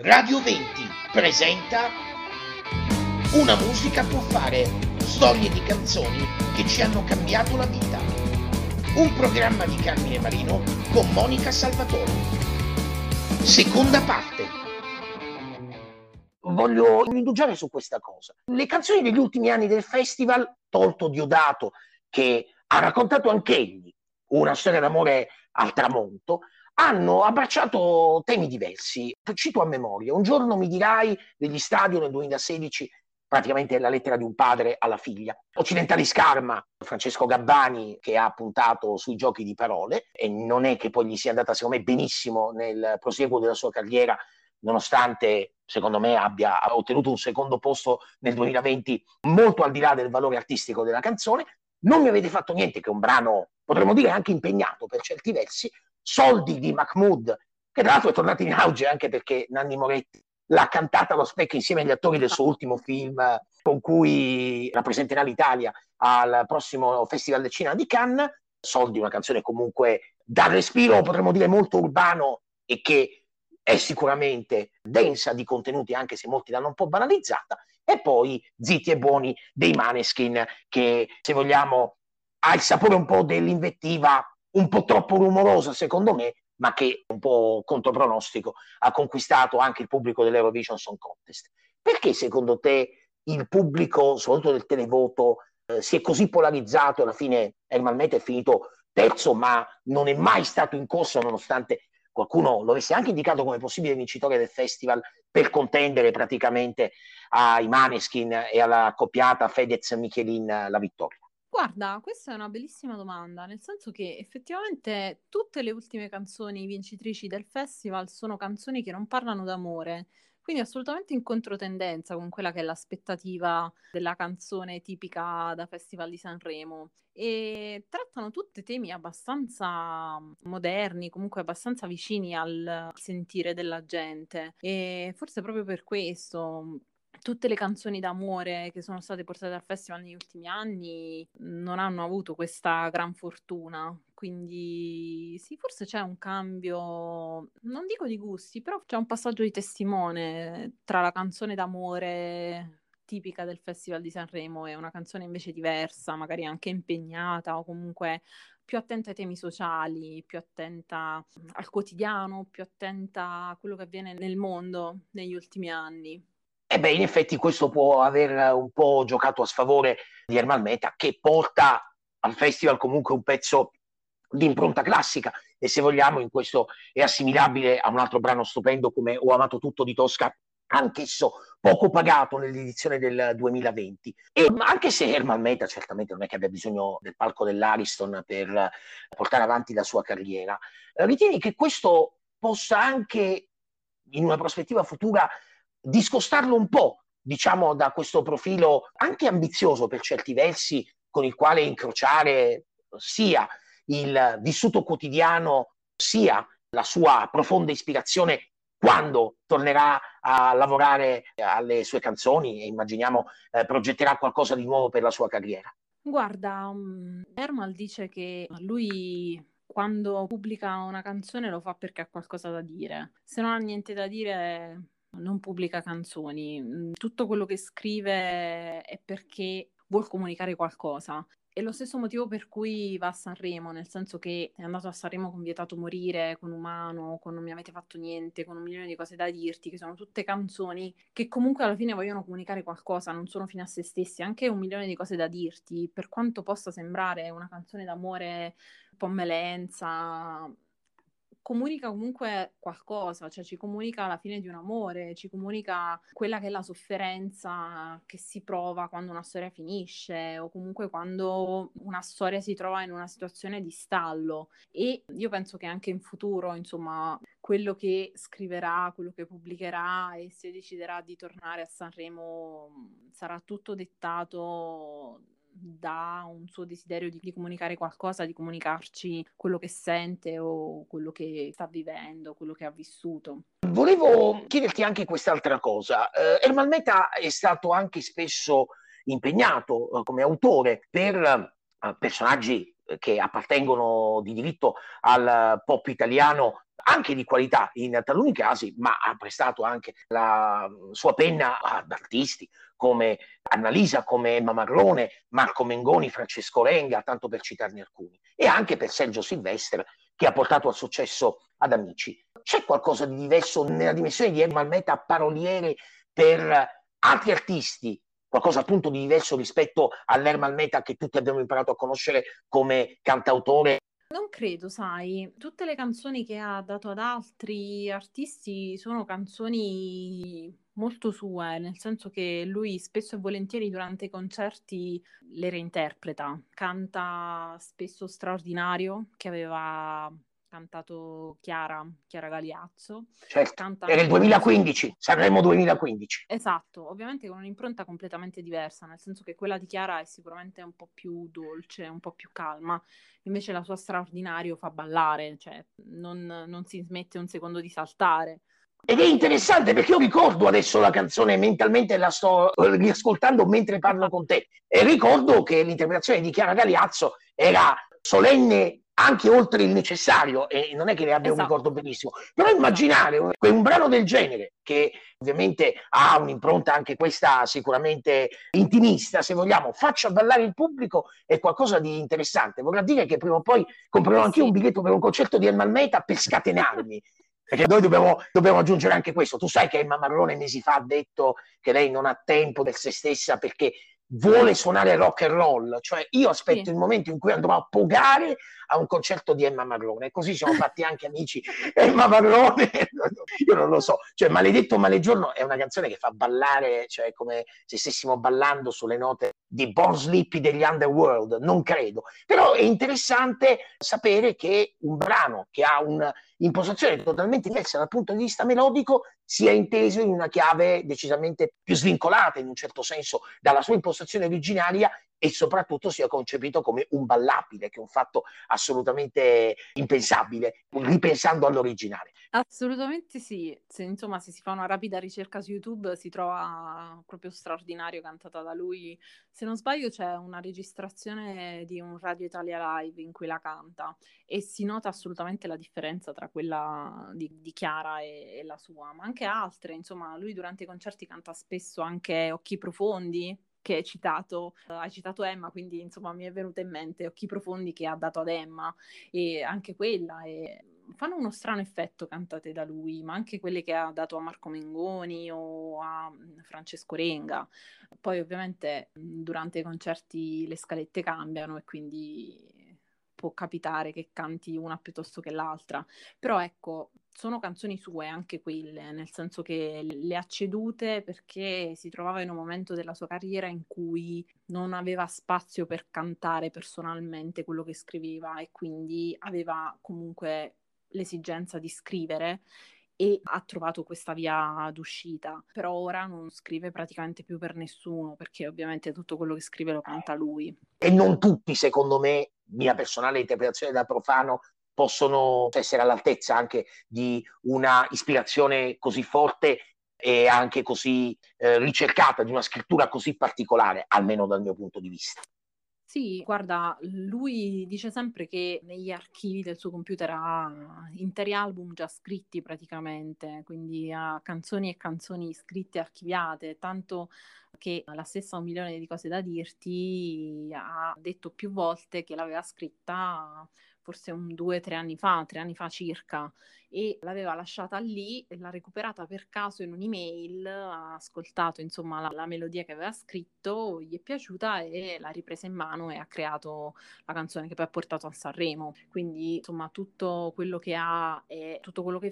Radio 20 presenta Una musica può fare, storie di canzoni che ci hanno cambiato la vita. Un programma di Carmine Marino con Monica Salvatore. Seconda parte. Voglio indugiare su questa cosa. Le canzoni degli ultimi anni del festival, tolto Diodato, che ha raccontato anch'egli una storia d'amore al tramonto, hanno abbracciato temi diversi. Cito a memoria: Un giorno mi dirai degli Stadio nel 2016, praticamente la lettera di un padre alla figlia. Occidentali Scarma, Francesco Gabbani, che ha puntato sui giochi di parole, e non è che poi gli sia andata secondo me benissimo nel prosieguo della sua carriera, nonostante secondo me abbia ottenuto un secondo posto nel 2020 molto al di là del valore artistico della canzone. Non mi avete fatto niente, che è un brano, potremmo dire, anche impegnato per certi versi. Soldi di Mahmood, che tra l'altro è tornato in auge anche perché Nanni Moretti l'ha cantata allo specchio insieme agli attori del suo ultimo film, con cui rappresenterà l'Italia al prossimo Festival del Cinema di Cannes. Soldi, una canzone comunque dal respiro, potremmo dire, molto urbano e che è sicuramente densa di contenuti, anche se molti l'hanno un po' banalizzata. E poi Zitti e Buoni dei Maneskin, che, se vogliamo, ha il sapore un po' dell'invettiva, un po' troppo rumorosa secondo me, ma che, un po' contropronostico, ha conquistato anche il pubblico dell'Eurovision Song Contest. Perché secondo te il pubblico, soprattutto del televoto, si è così polarizzato e alla fine Ermal Meta è finito terzo, ma non è mai stato in corsa, nonostante qualcuno lo avesse anche indicato come possibile vincitore del festival, per contendere praticamente ai Maneskin e alla accoppiata Fedez-Michelin la vittoria? Guarda, questa è una bellissima domanda, nel senso che effettivamente tutte le ultime canzoni vincitrici del festival sono canzoni che non parlano d'amore, quindi assolutamente in controtendenza con quella che è l'aspettativa della canzone tipica da Festival di Sanremo. E trattano tutti temi abbastanza moderni, comunque abbastanza vicini al sentire della gente. E forse proprio per questo tutte le canzoni d'amore che sono state portate al festival negli ultimi anni non hanno avuto questa gran fortuna. Quindi sì, forse c'è un cambio, non dico di gusti, però c'è un passaggio di testimone tra la canzone d'amore tipica del Festival di Sanremo e una canzone invece diversa, magari anche impegnata o comunque più attenta ai temi sociali, più attenta al quotidiano, più attenta a quello che avviene nel mondo negli ultimi anni. E beh, in effetti questo può aver un po' giocato a sfavore di Ermal Meta, che porta al festival comunque un pezzo di impronta classica, e se vogliamo in questo è assimilabile a un altro brano stupendo come Ho amato tutto di Tosca, anch'esso poco pagato nell'edizione del 2020. E anche se Ermal Meta certamente non è che abbia bisogno del palco dell'Ariston per portare avanti la sua carriera, ritieni che questo possa anche, in una prospettiva futura, discostarlo un po', diciamo, da questo profilo anche ambizioso per certi versi, con il quale incrociare sia il vissuto quotidiano, sia la sua profonda ispirazione quando tornerà a lavorare alle sue canzoni e immaginiamo progetterà qualcosa di nuovo per la sua carriera? Guarda, Ermal dice che lui quando pubblica una canzone lo fa perché ha qualcosa da dire. Se non ha niente da dire non pubblica canzoni. Tutto quello che scrive è perché vuol comunicare qualcosa. È lo stesso motivo per cui va a Sanremo, nel senso che è andato a Sanremo con Vietato Morire, con Umano, con Non mi avete fatto niente, con Un milione di cose da dirti, che sono tutte canzoni che comunque alla fine vogliono comunicare qualcosa, non sono fine a se stessi. Anche Un milione di cose da dirti, per quanto possa sembrare una canzone d'amore un po' melenza, comunica comunque qualcosa, cioè ci comunica la fine di un amore, ci comunica quella che è la sofferenza che si prova quando una storia finisce o comunque quando una storia si trova in una situazione di stallo. E io penso che anche in futuro, insomma, quello che scriverà, quello che pubblicherà e se deciderà di tornare a Sanremo sarà tutto dettato da un suo desiderio di comunicare qualcosa, di comunicarci quello che sente o quello che sta vivendo, quello che ha vissuto. Volevo chiederti anche quest'altra cosa. Ermal Meta è stato anche spesso impegnato come autore per personaggi che appartengono di diritto al pop italiano, anche di qualità in taluni casi, ma ha prestato anche la sua penna ad artisti come Annalisa, come Emma Marrone, Marco Mengoni, Francesco Renga, tanto per citarne alcuni, e anche per Sergio Silvestre, che ha portato al successo ad Amici. C'è qualcosa di diverso nella dimensione di Ermal Meta, paroliere per altri artisti, qualcosa appunto di diverso rispetto all'Ermal Meta che tutti abbiamo imparato a conoscere come cantautore? Non credo, sai, tutte le canzoni che ha dato ad altri artisti sono canzoni molto sue, nel senso che lui spesso e volentieri durante i concerti le reinterpreta, canta spesso Straordinario, che aveva cantato Chiara Galiazzo, Certo, canta era il anche canzoni. 2015, Sanremo 2015. Esatto, ovviamente con un'impronta completamente diversa, nel senso che quella di Chiara è sicuramente un po' più dolce, un po' più calma, invece la sua Straordinario fa ballare, cioè non si smette un secondo di saltare. Ed è interessante perché io ricordo adesso la canzone mentalmente, la sto riascoltando mentre parlo Esatto, con te, e ricordo che l'interpretazione di Chiara Galiazzo era solenne anche oltre il necessario, e non è che ne abbia un ricordo esatto, benissimo, però esatto. immaginare un brano del genere, che ovviamente ha un'impronta anche questa sicuramente intimista, se vogliamo, faccia ballare il pubblico, è qualcosa di interessante. Vorrà dire che prima o poi comprerò Sì, anche un sì. biglietto per un concerto di Ermal Meta per scatenarmi. Perché noi dobbiamo aggiungere anche questo. Tu sai che Emma Marrone mesi fa ha detto che lei non ha tempo per se stessa perché vuole suonare rock and roll. Cioè io aspetto Sì. il momento in cui andrò a pogare a un concerto di Emma Marrone. E così siamo fatti anche amici. Emma Marrone, io non lo so. Cioè Maledetto Malegiorno è una canzone che fa ballare, cioè come se stessimo ballando sulle note di Bon Sleepy degli Underworld. Non credo. Però è interessante sapere che un brano che ha un'impostazione totalmente diversa dal punto di vista melodico sia inteso in una chiave decisamente più svincolata in un certo senso dalla sua impostazione originaria e soprattutto sia concepito come un ballabile, che è un fatto assolutamente impensabile, ripensando all'originale. Assolutamente sì. Insomma, se si fa una rapida ricerca su YouTube si trova proprio Straordinario cantata da lui. Se non sbaglio c'è una registrazione di un Radio Italia Live in cui la canta e si nota assolutamente la differenza tra quella di Chiara e la sua, ma anche altre. Insomma, lui durante i concerti canta spesso anche Occhi Profondi, che hai citato Emma, quindi insomma mi è venuta in mente Occhi Profondi che ha dato ad Emma e anche quella fanno uno strano effetto cantate da lui, ma anche quelle che ha dato a Marco Mengoni o a Francesco Renga. Poi ovviamente durante i concerti le scalette cambiano e quindi può capitare che canti una piuttosto che l'altra. Però ecco, sono canzoni sue anche quelle, nel senso che le ha cedute perché si trovava in un momento della sua carriera in cui non aveva spazio per cantare personalmente quello che scriveva e quindi aveva comunque l'esigenza di scrivere e ha trovato questa via d'uscita. Però ora non scrive praticamente più per nessuno perché ovviamente tutto quello che scrive lo canta lui. E non tutti, secondo me, mia personale interpretazione da profano, possono essere all'altezza anche di una ispirazione così forte e anche così ricercata, di una scrittura così particolare, almeno dal mio punto di vista. Sì, guarda, lui dice sempre che negli archivi del suo computer ha interi album già scritti praticamente, quindi ha canzoni e canzoni scritte e archiviate, tanto che la stessa Un milione di cose da dirti ha detto più volte che l'aveva scritta forse 2 o 3 anni fa, 3 anni fa circa, e l'aveva lasciata lì e l'ha recuperata per caso in un'email, ha ascoltato insomma la melodia che aveva scritto, gli è piaciuta e l'ha ripresa in mano e ha creato la canzone che poi ha portato a Sanremo. Quindi insomma tutto quello che ha e tutto quello che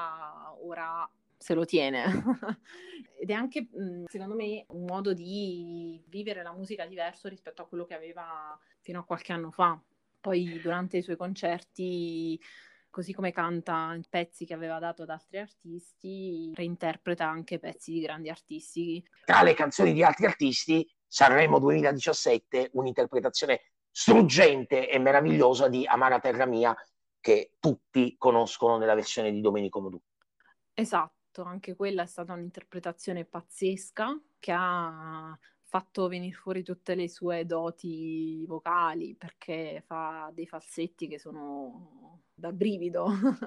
fa ora se lo tiene. Ed è anche, secondo me, un modo di vivere la musica diverso rispetto a quello che aveva fino a qualche anno fa. Poi durante i suoi concerti, così come canta pezzi che aveva dato ad altri artisti, reinterpreta anche pezzi di grandi artisti. Tra le canzoni di altri artisti, Sanremo 2017, un'interpretazione struggente e meravigliosa di Amara Terra Mia, che tutti conoscono nella versione di Domenico Modugno. Esatto, anche quella è stata un'interpretazione pazzesca che ha fatto venire fuori tutte le sue doti vocali perché fa dei falsetti che sono da brivido.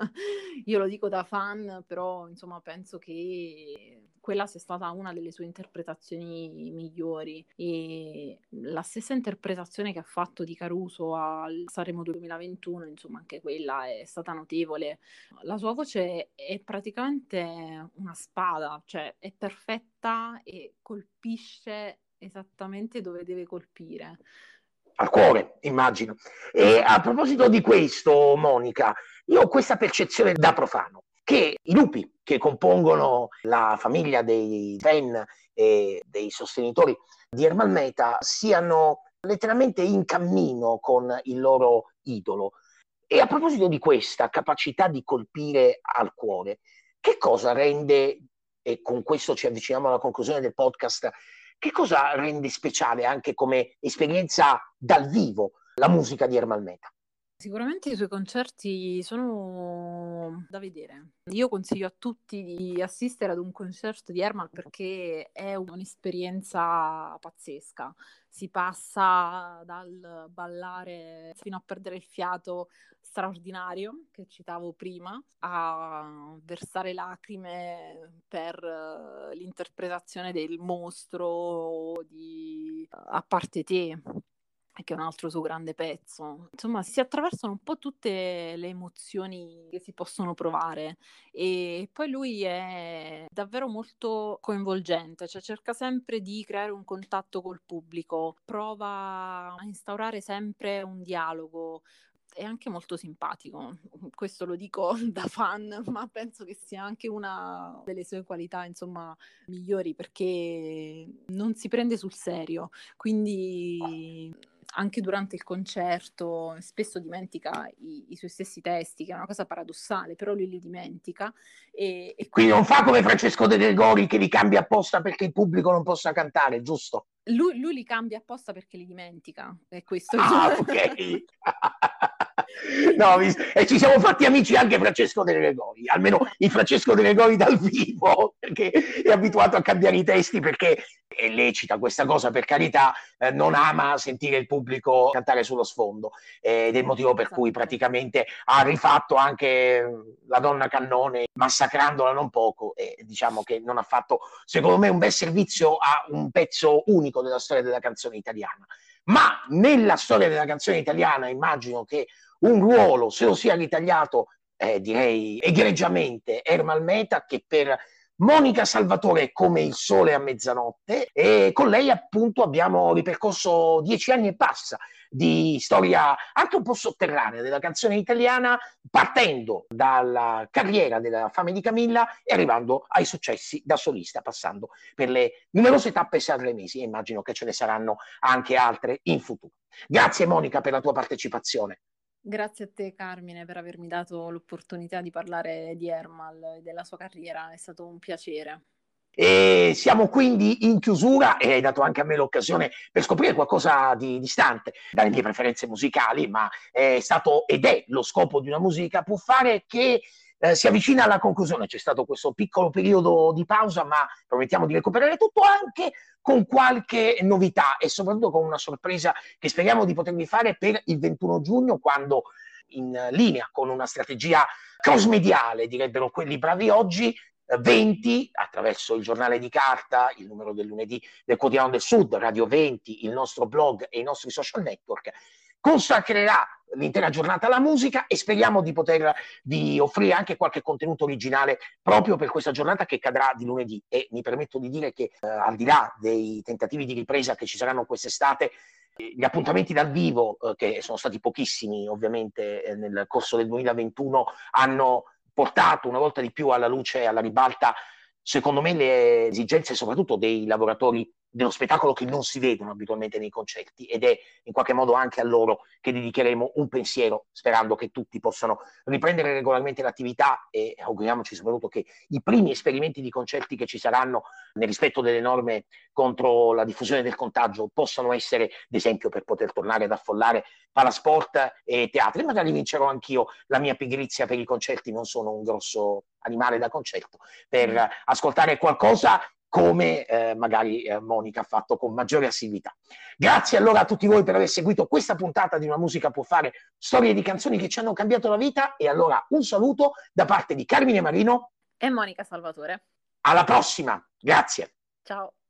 Io lo dico da fan, però insomma penso che quella sia stata una delle sue interpretazioni migliori, e la stessa interpretazione che ha fatto di Caruso al Sanremo 2021, insomma anche quella è stata notevole. La sua voce è praticamente una spada, cioè è perfetta e colpisce esattamente dove deve colpire. Al cuore, immagino. E a proposito di questo, Monica, io ho questa percezione da profano, che i lupi che compongono la famiglia dei fan e dei sostenitori di Ermal Meta siano letteralmente in cammino con il loro idolo. E a proposito di questa capacità di colpire al cuore, che cosa rende, e con questo ci avviciniamo alla conclusione del podcast, che cosa rende speciale anche come esperienza dal vivo la musica di Ermal Meta? Sicuramente i suoi concerti sono da vedere. Io consiglio a tutti di assistere ad un concerto di Ermal perché è un'esperienza pazzesca. Si passa dal ballare fino a perdere il fiato straordinario che citavo prima, a versare lacrime per l'interpretazione del mostro di A parte te, che è un altro suo grande pezzo. Insomma, si attraversano un po' tutte le emozioni che si possono provare, e poi lui è davvero molto coinvolgente, cioè cerca sempre di creare un contatto col pubblico, prova a instaurare sempre un dialogo. È anche molto simpatico, questo lo dico da fan, ma penso che sia anche una delle sue qualità, insomma, migliori, perché non si prende sul serio, quindi anche durante il concerto spesso dimentica i suoi stessi testi, che è una cosa paradossale, però lui li dimentica. Quindi non fa come Francesco De Gregori che li cambia apposta perché il pubblico non possa cantare, giusto? Lui li cambia apposta perché li dimentica, è questo. Ah, ok. No, e ci siamo fatti amici anche Francesco De Gregori, almeno il Francesco De Gregori dal vivo, perché è abituato a cambiare i testi, perché è lecita questa cosa, per carità, non ama sentire il pubblico cantare sullo sfondo, ed è il motivo per cui praticamente ha rifatto anche La Donna Cannone, massacrandola non poco, e diciamo che non ha fatto, secondo me, un bel servizio a un pezzo unico della storia della canzone italiana. Ma nella storia della canzone italiana immagino che un ruolo se lo sia ritagliato, direi egregiamente, Ermal Meta, che per Monica Salvatore è come il sole a mezzanotte, e con lei appunto abbiamo ripercorso 10 anni e passa di storia anche un po' sotterranea della canzone italiana, partendo dalla carriera della Fame di Camilla e arrivando ai successi da solista, passando per le numerose tappe sanremesi, e immagino che ce ne saranno anche altre in futuro. Grazie Monica per la tua partecipazione. Grazie a te Carmine per avermi dato l'opportunità di parlare di Ermal e della sua carriera, è stato un piacere. E siamo quindi in chiusura, e hai dato anche a me l'occasione per scoprire qualcosa di distante dalle mie preferenze musicali, ma è stato ed è lo scopo di una musica può fare che si avvicina alla conclusione. C'è stato questo piccolo periodo di pausa, ma promettiamo di recuperare tutto anche con qualche novità e soprattutto con una sorpresa che speriamo di potervi fare per il 21 giugno, quando, in linea con una strategia cross-mediale, direbbero quelli bravi oggi, 20, attraverso il giornale di carta, il numero del lunedì del Quotidiano del Sud, Radio 20, il nostro blog e i nostri social network, consacrerà l'intera giornata alla musica, e speriamo di potervi offrire anche qualche contenuto originale proprio per questa giornata che cadrà di lunedì. E mi permetto di dire che al di là dei tentativi di ripresa che ci saranno quest'estate, gli appuntamenti dal vivo, che sono stati pochissimi ovviamente nel corso del 2021, hanno portato una volta di più alla luce e alla ribalta, secondo me, le esigenze soprattutto dei lavoratori dello spettacolo, che non si vedono abitualmente nei concerti, ed è in qualche modo anche a loro che dedicheremo un pensiero, sperando che tutti possano riprendere regolarmente l'attività, e auguriamoci soprattutto che i primi esperimenti di concerti che ci saranno, nel rispetto delle norme contro la diffusione del contagio, possano essere d'esempio per poter tornare ad affollare palasport e teatri. Magari vincerò anch'io la mia pigrizia per i concerti, non sono un grosso animale da concerto, per ascoltare qualcosa come magari Monica ha fatto con maggiore assiduità. Grazie allora a tutti voi per aver seguito questa puntata di Una musica può fare, storie di canzoni che ci hanno cambiato la vita, e allora un saluto da parte di Carmine Marino e Monica Salvatore. Alla prossima, grazie. Ciao.